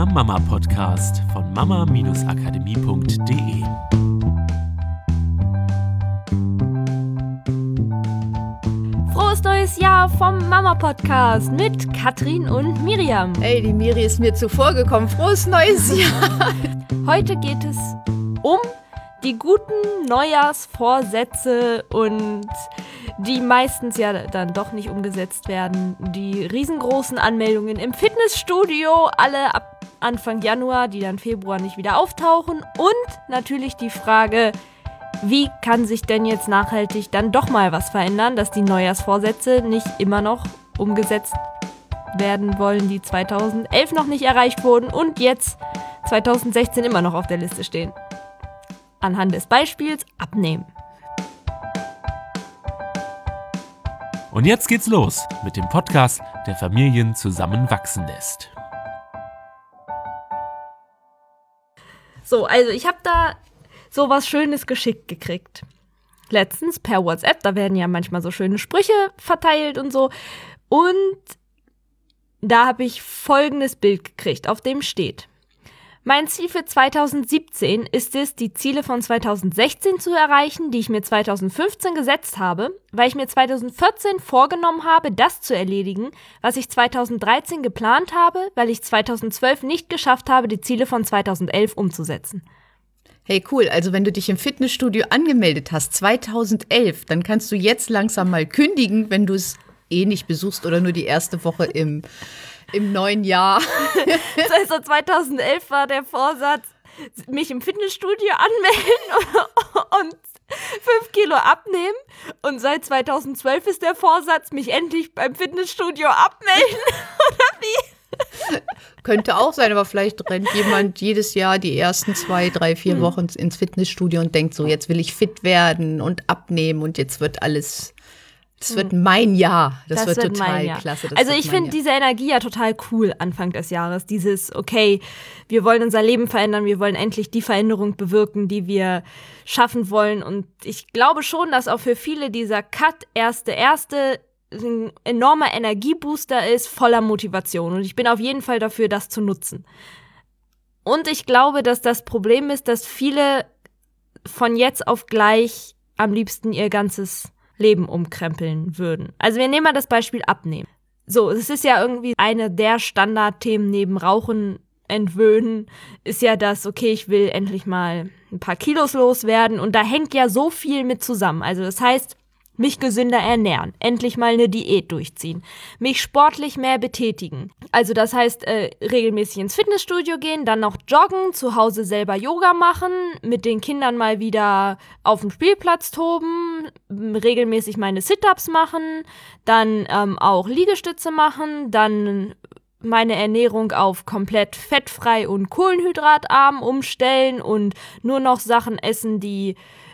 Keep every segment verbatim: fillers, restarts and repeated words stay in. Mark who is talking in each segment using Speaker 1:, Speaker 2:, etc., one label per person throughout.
Speaker 1: Mama-Podcast von mama Akademie punkt de.
Speaker 2: Frohes neues Jahr vom Mama-Podcast mit Katrin und Miriam.
Speaker 3: Ey, die Miri ist mir zuvor gekommen. Frohes neues Jahr!
Speaker 2: Heute geht es um die guten Neujahrsvorsätze und die meistens ja dann doch nicht umgesetzt werden. Die riesengroßen Anmeldungen im Fitnessstudio, alle ab Anfang Januar, die dann Februar nicht wieder auftauchen. Und natürlich die Frage, wie kann sich denn jetzt nachhaltig dann doch mal was verändern, dass die Neujahrsvorsätze nicht immer noch umgesetzt werden wollen, die zweitausendelf noch nicht erreicht wurden und jetzt zweitausendsechzehn immer noch auf der Liste stehen. Anhand des Beispiels abnehmen.
Speaker 1: Und jetzt geht's los mit dem Podcast, der Familien zusammenwachsen lässt.
Speaker 2: So, also ich habe da so was Schönes geschickt gekriegt. Letztens per WhatsApp, da werden ja manchmal so schöne Sprüche verteilt und so. Und da habe ich folgendes Bild gekriegt, auf dem steht: Mein Ziel für zweitausendsiebzehn ist es, die Ziele von zweitausendsechzehn zu erreichen, die ich mir zweitausendfünfzehn gesetzt habe, weil ich mir zweitausendvierzehn vorgenommen habe, das zu erledigen, was ich zweitausenddreizehn geplant habe, weil ich zweitausendzwölf nicht geschafft habe, die Ziele von zweitausendelf umzusetzen.
Speaker 3: Hey, cool. Also wenn du dich im Fitnessstudio angemeldet hast, zweitausendelf, dann kannst du jetzt langsam mal kündigen, wenn du es eh nicht besuchst oder nur die erste Woche im Im neuen Jahr.
Speaker 2: Also zweitausendelf war der Vorsatz, mich im Fitnessstudio anmelden und fünf Kilo abnehmen. Und seit zweitausendzwölf ist der Vorsatz, mich endlich beim Fitnessstudio abmelden. Oder wie?
Speaker 3: Könnte auch sein, aber vielleicht rennt jemand jedes Jahr die ersten zwei, drei, vier hm. Wochen ins Fitnessstudio und denkt so, jetzt will ich fit werden und abnehmen und jetzt wird alles... Das wird mein Jahr. Das, das wird, wird total klasse. Das
Speaker 2: also ich finde diese Energie ja total cool Anfang des Jahres. Dieses, okay, wir wollen unser Leben verändern, wir wollen endlich die Veränderung bewirken, die wir schaffen wollen. Und ich glaube schon, dass auch für viele dieser Cut erste erste ein enormer Energiebooster ist, voller Motivation. Und ich bin auf jeden Fall dafür, das zu nutzen. Und ich glaube, dass das Problem ist, dass viele von jetzt auf gleich am liebsten ihr ganzes Leben umkrempeln würden. Also wir nehmen mal das Beispiel Abnehmen. So, es ist ja irgendwie eine der Standardthemen neben Rauchen, Entwöhnen, ist ja das, okay, ich will endlich mal ein paar Kilos loswerden und da hängt ja so viel mit zusammen. Also das heißt, mich gesünder ernähren, endlich mal eine Diät durchziehen, mich sportlich mehr betätigen. Also das heißt, äh, regelmäßig ins Fitnessstudio gehen, dann noch joggen, zu Hause selber Yoga machen, mit den Kindern mal wieder auf dem Spielplatz toben, regelmäßig meine Sit-Ups machen, dann ähm, auch Liegestütze machen, dann meine Ernährung auf komplett fettfrei und kohlenhydratarm umstellen und nur noch Sachen essen, die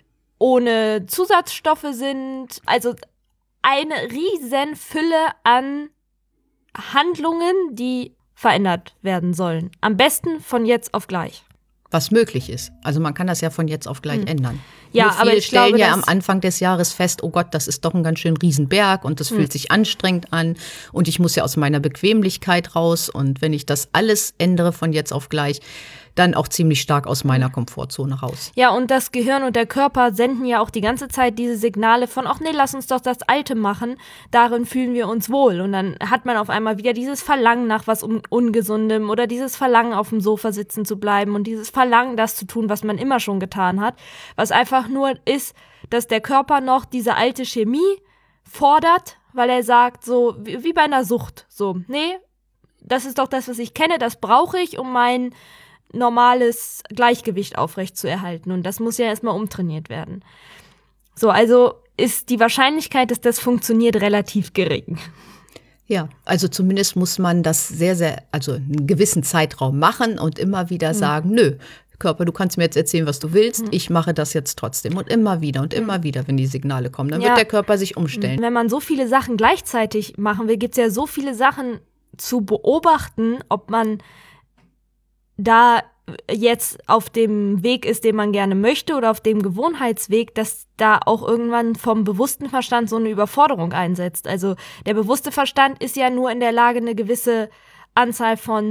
Speaker 2: ohne Zusatzstoffe sind. Also eine riesen Fülle an Handlungen, die verändert werden sollen. Am besten von jetzt auf gleich.
Speaker 3: Was möglich ist. Also man kann das ja von jetzt auf gleich hm. ändern.
Speaker 2: Ja,
Speaker 3: Nur viele
Speaker 2: aber ich
Speaker 3: stellen
Speaker 2: glaube,
Speaker 3: ja am Anfang des Jahres fest, oh Gott, das ist doch ein ganz schön Riesenberg und das hm. fühlt sich anstrengend an und ich muss ja aus meiner Bequemlichkeit raus und wenn ich das alles ändere von jetzt auf gleich, dann auch ziemlich stark aus meiner Komfortzone raus.
Speaker 2: Ja, und das Gehirn und der Körper senden ja auch die ganze Zeit diese Signale von, ach nee, lass uns doch das Alte machen, darin fühlen wir uns wohl. Und dann hat man auf einmal wieder dieses Verlangen nach was Un- Ungesundem oder dieses Verlangen, auf dem Sofa sitzen zu bleiben und dieses Verlangen, das zu tun, was man immer schon getan hat, was einfach nur ist, dass der Körper noch diese alte Chemie fordert, weil er sagt, so wie, wie bei einer Sucht, so, nee, das ist doch das, was ich kenne, das brauche ich, um mein normales Gleichgewicht aufrechtzuerhalten. Und das muss ja erstmal umtrainiert werden. So, also ist die Wahrscheinlichkeit, dass das funktioniert, relativ gering.
Speaker 3: Ja, also zumindest muss man das sehr, sehr, also einen gewissen Zeitraum machen und immer wieder hm. sagen, nö, Körper, du kannst mir jetzt erzählen, was du willst, hm. ich mache das jetzt trotzdem. Und immer wieder und immer hm. wieder, wenn die Signale kommen, dann ja. wird der Körper sich umstellen.
Speaker 2: Wenn man so viele Sachen gleichzeitig machen will, gibt es ja so viele Sachen zu beobachten, ob man da jetzt auf dem Weg ist, den man gerne möchte oder auf dem Gewohnheitsweg, dass da auch irgendwann vom bewussten Verstand so eine Überforderung einsetzt. Also der bewusste Verstand ist ja nur in der Lage, eine gewisse Anzahl von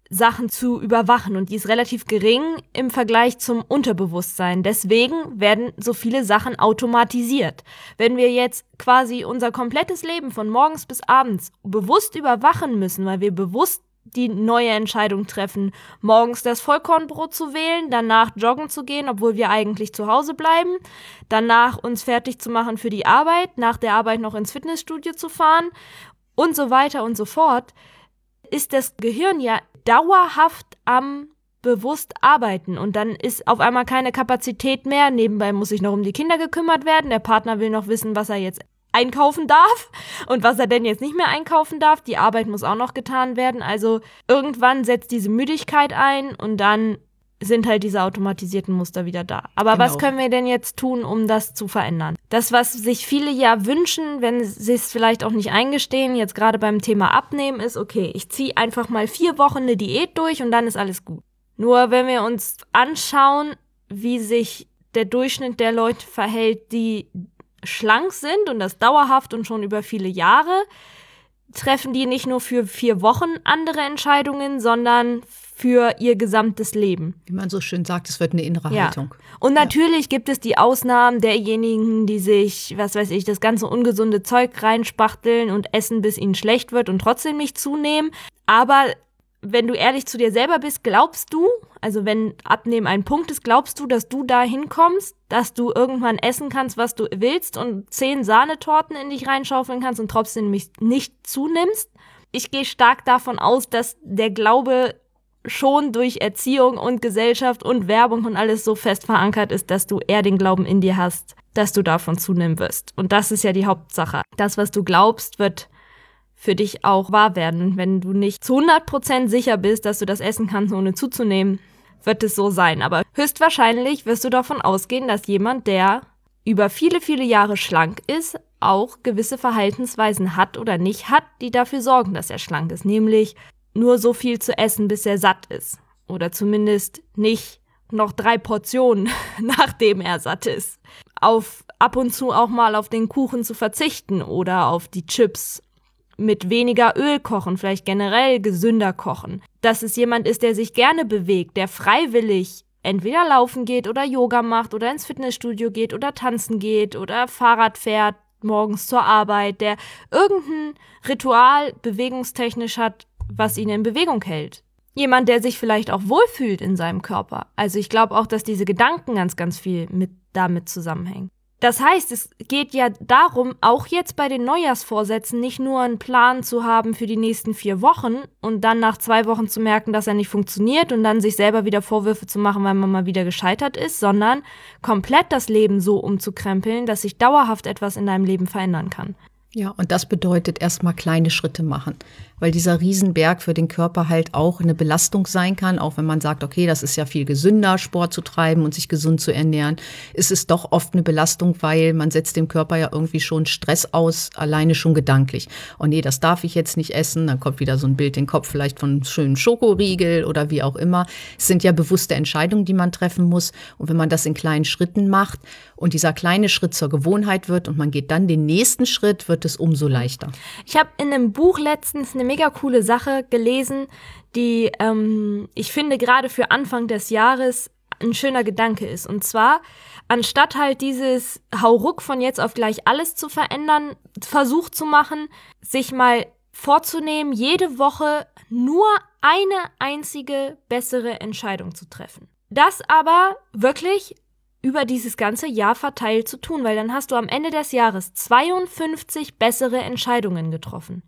Speaker 2: Sachen zu überwachen und die ist relativ gering im Vergleich zum Unterbewusstsein. Deswegen werden so viele Sachen automatisiert. Wenn wir jetzt quasi unser komplettes Leben von morgens bis abends bewusst überwachen müssen, weil wir bewusst die neue Entscheidung treffen, morgens das Vollkornbrot zu wählen, danach joggen zu gehen, obwohl wir eigentlich zu Hause bleiben, danach uns fertig zu machen für die Arbeit, nach der Arbeit noch ins Fitnessstudio zu fahren und so weiter und so fort, ist das Gehirn ja dauerhaft am bewusst arbeiten und dann ist auf einmal keine Kapazität mehr. Nebenbei muss sich noch um die Kinder gekümmert werden. Der Partner will noch wissen, was er jetzt einkaufen darf und was er denn jetzt nicht mehr einkaufen darf. Die Arbeit muss auch noch getan werden. Also irgendwann setzt diese Müdigkeit ein und dann sind halt diese automatisierten Muster wieder da. Aber
Speaker 3: Genau.
Speaker 2: Was können wir denn jetzt tun, um das zu verändern? Das, was sich viele ja wünschen, wenn sie es vielleicht auch nicht eingestehen, jetzt gerade beim Thema Abnehmen, ist, okay, ich ziehe einfach mal vier Wochen eine Diät durch und dann ist alles gut. Nur wenn wir uns anschauen, wie sich der Durchschnitt der Leute verhält, die schlank sind und das dauerhaft und schon über viele Jahre, treffen die nicht nur für vier Wochen andere Entscheidungen, sondern für ihr gesamtes Leben.
Speaker 3: Wie man so schön sagt, es wird eine innere
Speaker 2: Ja.
Speaker 3: Haltung.
Speaker 2: Und natürlich gibt es die Ausnahmen derjenigen, die sich, was weiß ich, das ganze ungesunde Zeug reinspachteln und essen, bis ihnen schlecht wird und trotzdem nicht zunehmen. Aber wenn du ehrlich zu dir selber bist, glaubst du, also wenn Abnehmen ein Punkt ist, glaubst du, dass du da hinkommst, dass du irgendwann essen kannst, was du willst und zehn Sahnetorten in dich reinschaufeln kannst und trotzdem nicht zunimmst? Ich gehe stark davon aus, dass der Glaube schon durch Erziehung und Gesellschaft und Werbung und alles so fest verankert ist, dass du eher den Glauben in dir hast, dass du davon zunehmen wirst. Und das ist ja die Hauptsache. Das, was du glaubst, wird für dich auch wahr werden. Wenn du nicht zu hundert Prozent sicher bist, dass du das essen kannst, ohne zuzunehmen, wird es so sein. Aber höchstwahrscheinlich wirst du davon ausgehen, dass jemand, der über viele, viele Jahre schlank ist, auch gewisse Verhaltensweisen hat oder nicht hat, die dafür sorgen, dass er schlank ist. Nämlich nur so viel zu essen, bis er satt ist. Oder zumindest nicht noch drei Portionen, nachdem er satt ist. Auf ab und zu auch mal auf den Kuchen zu verzichten oder auf die Chips. Mit weniger Öl kochen, vielleicht generell gesünder kochen. Dass es jemand ist, der sich gerne bewegt, der freiwillig entweder laufen geht oder Yoga macht oder ins Fitnessstudio geht oder tanzen geht oder Fahrrad fährt morgens zur Arbeit, der irgendein Ritual bewegungstechnisch hat, was ihn in Bewegung hält. Jemand, der sich vielleicht auch wohlfühlt in seinem Körper. Also ich glaube auch, dass diese Gedanken ganz, ganz viel mit damit zusammenhängen. Das heißt, es geht ja darum, auch jetzt bei den Neujahrsvorsätzen nicht nur einen Plan zu haben für die nächsten vier Wochen und dann nach zwei Wochen zu merken, dass er nicht funktioniert und dann sich selber wieder Vorwürfe zu machen, weil man mal wieder gescheitert ist, sondern komplett das Leben so umzukrempeln, dass sich dauerhaft etwas in deinem Leben verändern kann.
Speaker 3: Ja, und das bedeutet erstmal kleine Schritte machen, weil dieser Riesenberg für den Körper halt auch eine Belastung sein kann, auch wenn man sagt, okay, das ist ja viel gesünder, Sport zu treiben und sich gesund zu ernähren, ist es doch oft eine Belastung, weil man setzt dem Körper ja irgendwie schon Stress aus, alleine schon gedanklich. Oh nee, das darf ich jetzt nicht essen, dann kommt wieder so ein Bild in den Kopf, vielleicht von einem schönen Schokoriegel oder wie auch immer. Es sind ja bewusste Entscheidungen, die man treffen muss, und wenn man das in kleinen Schritten macht und dieser kleine Schritt zur Gewohnheit wird und man geht dann den nächsten Schritt, wird es umso leichter.
Speaker 2: Ich habe in einem Buch letztens eine mega coole Sache gelesen, die ähm, ich finde gerade für Anfang des Jahres ein schöner Gedanke ist. Und zwar, anstatt halt dieses Hauruck von jetzt auf gleich alles zu verändern, Versuch zu machen, sich mal vorzunehmen, jede Woche nur eine einzige bessere Entscheidung zu treffen. Das aber wirklich über dieses ganze Jahr verteilt zu tun, weil dann hast du am Ende des Jahres zweiundfünfzig bessere Entscheidungen getroffen.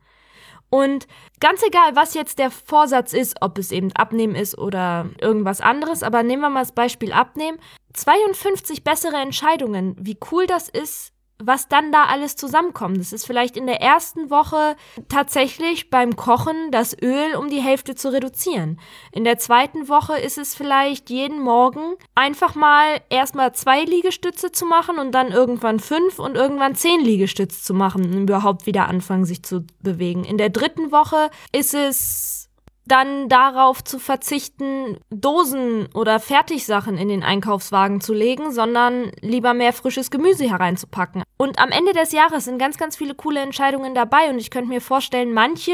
Speaker 2: Und ganz egal, was jetzt der Vorsatz ist, ob es eben Abnehmen ist oder irgendwas anderes, aber nehmen wir mal das Beispiel Abnehmen, zweiundfünfzig bessere Entscheidungen, wie cool das ist, was dann da alles zusammenkommt. Das ist vielleicht in der ersten Woche tatsächlich beim Kochen das Öl um die Hälfte zu reduzieren. In der zweiten Woche ist es vielleicht jeden Morgen einfach mal erstmal zwei Liegestütze zu machen und dann irgendwann fünf und irgendwann zehn Liegestütze zu machen und überhaupt wieder anfangen, sich zu bewegen. In der dritten Woche ist es dann darauf zu verzichten, Dosen oder Fertigsachen in den Einkaufswagen zu legen, sondern lieber mehr frisches Gemüse hereinzupacken. Und am Ende des Jahres sind ganz, ganz viele coole Entscheidungen dabei und ich könnte mir vorstellen, manche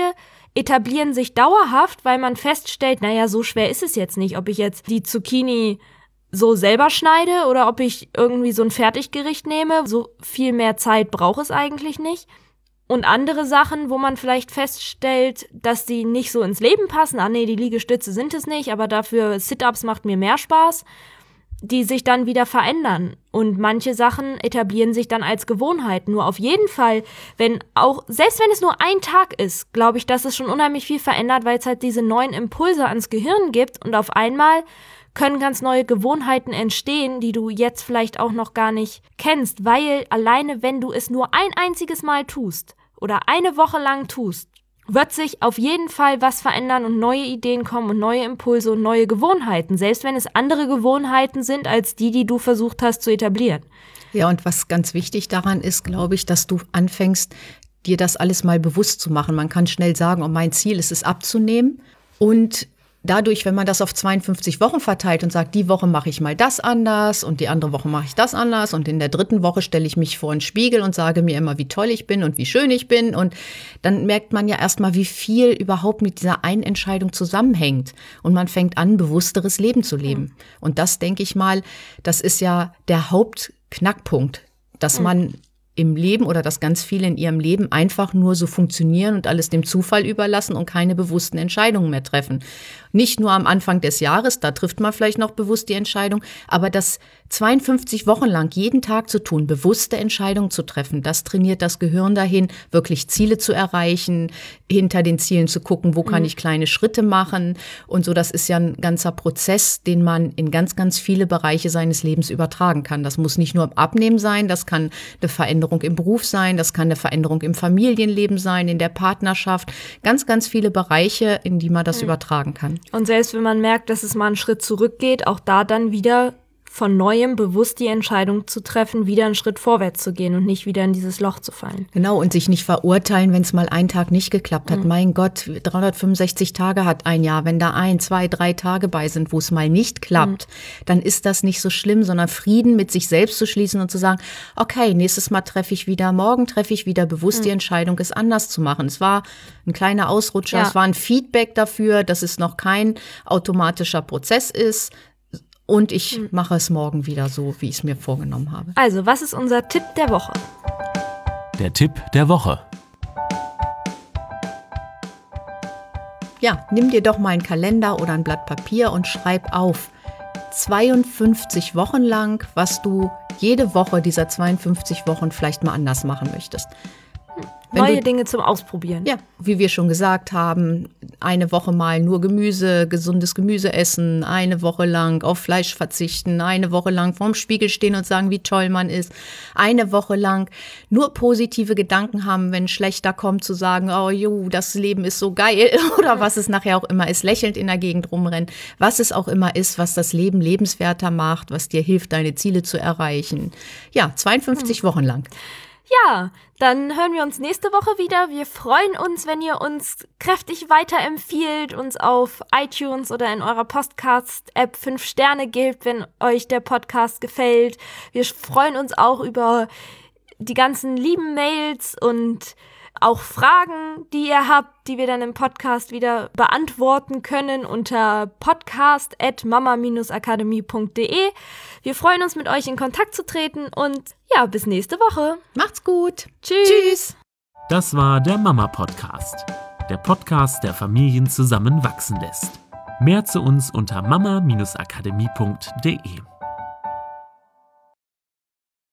Speaker 2: etablieren sich dauerhaft, weil man feststellt, naja, so schwer ist es jetzt nicht, ob ich jetzt die Zucchini so selber schneide oder ob ich irgendwie so ein Fertiggericht nehme. So viel mehr Zeit braucht es eigentlich nicht. Und andere Sachen, wo man vielleicht feststellt, dass die nicht so ins Leben passen. Ah nee, die Liegestütze sind es nicht, aber dafür Sit-Ups macht mir mehr Spaß. Die sich dann wieder verändern. Und manche Sachen etablieren sich dann als Gewohnheit. Nur auf jeden Fall, wenn auch, selbst wenn es nur ein Tag ist, glaube ich, dass es schon unheimlich viel verändert, weil es halt diese neuen Impulse ans Gehirn gibt und auf einmal können ganz neue Gewohnheiten entstehen, die du jetzt vielleicht auch noch gar nicht kennst, weil alleine, wenn du es nur ein einziges Mal tust oder eine Woche lang tust, wird sich auf jeden Fall was verändern und neue Ideen kommen und neue Impulse und neue Gewohnheiten, selbst wenn es andere Gewohnheiten sind als die, die du versucht hast zu etablieren.
Speaker 3: Ja, und was ganz wichtig daran ist, glaube ich, dass du anfängst, dir das alles mal bewusst zu machen. Man kann schnell sagen, oh, mein Ziel ist es abzunehmen und dadurch, wenn man das auf zweiundfünfzig Wochen verteilt und sagt, die Woche mache ich mal das anders und die andere Woche mache ich das anders und in der dritten Woche stelle ich mich vor einen Spiegel und sage mir immer, wie toll ich bin und wie schön ich bin, und dann merkt man ja erstmal, wie viel überhaupt mit dieser einen Entscheidung zusammenhängt und man fängt an, bewussteres Leben zu leben. Mhm. Und das, denke ich mal, das ist ja der Hauptknackpunkt, dass mhm. man im Leben oder dass ganz viele in ihrem Leben einfach nur so funktionieren und alles dem Zufall überlassen und keine bewussten Entscheidungen mehr treffen. Nicht nur am Anfang des Jahres, da trifft man vielleicht noch bewusst die Entscheidung, aber das zweiundfünfzig Wochen lang jeden Tag zu tun, bewusste Entscheidungen zu treffen, das trainiert das Gehirn dahin, wirklich Ziele zu erreichen, hinter den Zielen zu gucken, wo kann ich kleine Schritte machen und so. Das ist ja ein ganzer Prozess, den man in ganz, ganz viele Bereiche seines Lebens übertragen kann. Das muss nicht nur im Abnehmen sein, das kann eine Veränderung im Beruf sein, das kann eine Veränderung im Familienleben sein, in der Partnerschaft, ganz, ganz viele Bereiche, in die man das mhm. übertragen kann.
Speaker 2: Und selbst wenn man merkt, dass es mal einen Schritt zurückgeht, auch da dann wieder von Neuem bewusst die Entscheidung zu treffen, wieder einen Schritt vorwärts zu gehen und nicht wieder in dieses Loch zu fallen.
Speaker 3: Genau, und sich nicht verurteilen, wenn es mal einen Tag nicht geklappt hat. Mhm. Mein Gott, dreihundertfünfundsechzig Tage hat ein Jahr. Wenn da ein, zwei, drei Tage bei sind, wo es mal nicht klappt, mhm. dann ist das nicht so schlimm, sondern Frieden mit sich selbst zu schließen und zu sagen, okay, nächstes Mal treffe ich wieder, morgen treffe ich wieder bewusst mhm. die Entscheidung, es anders zu machen. Es war ein kleiner Ausrutscher, ja. es war ein Feedback dafür, dass es noch kein automatischer Prozess ist. Und ich mache es morgen wieder so, wie ich es mir vorgenommen habe.
Speaker 2: Also, was ist unser Tipp der Woche?
Speaker 1: Der Tipp der Woche.
Speaker 3: Ja, nimm dir doch mal einen Kalender oder ein Blatt Papier und schreib auf zweiundfünfzig Wochen lang, was du jede Woche dieser zweiundfünfzig Wochen vielleicht mal anders machen möchtest. Wenn
Speaker 2: Neue
Speaker 3: du,
Speaker 2: Dinge zum Ausprobieren.
Speaker 3: Ja, wie wir schon gesagt haben, eine Woche mal nur Gemüse, gesundes Gemüse essen, eine Woche lang auf Fleisch verzichten, eine Woche lang vorm Spiegel stehen und sagen, wie toll man ist, eine Woche lang nur positive Gedanken haben, wenn schlechter kommt, zu sagen, oh jo, das Leben ist so geil oder was es nachher auch immer ist, lächelnd in der Gegend rumrennen, was es auch immer ist, was das Leben lebenswerter macht, was dir hilft, deine Ziele zu erreichen. Ja, zweiundfünfzig hm. Wochen lang.
Speaker 2: Ja, dann hören wir uns nächste Woche wieder. Wir freuen uns, wenn ihr uns kräftig weiterempfiehlt, uns auf iTunes oder in eurer Podcast-App fünf Sterne gebt, wenn euch der Podcast gefällt. Wir freuen uns auch über die ganzen lieben Mails und auch Fragen, die ihr habt, die wir dann im Podcast wieder beantworten können unter podcast at mama dash akademie punkt de. Wir freuen uns, mit euch in Kontakt zu treten und ja, bis nächste Woche.
Speaker 3: Macht's gut.
Speaker 2: Tschüss.
Speaker 3: Tschüss.
Speaker 1: Das war der Mama-Podcast. Der Podcast, der Familien zusammen wachsen lässt. Mehr zu uns unter mama dash akademie punkt de.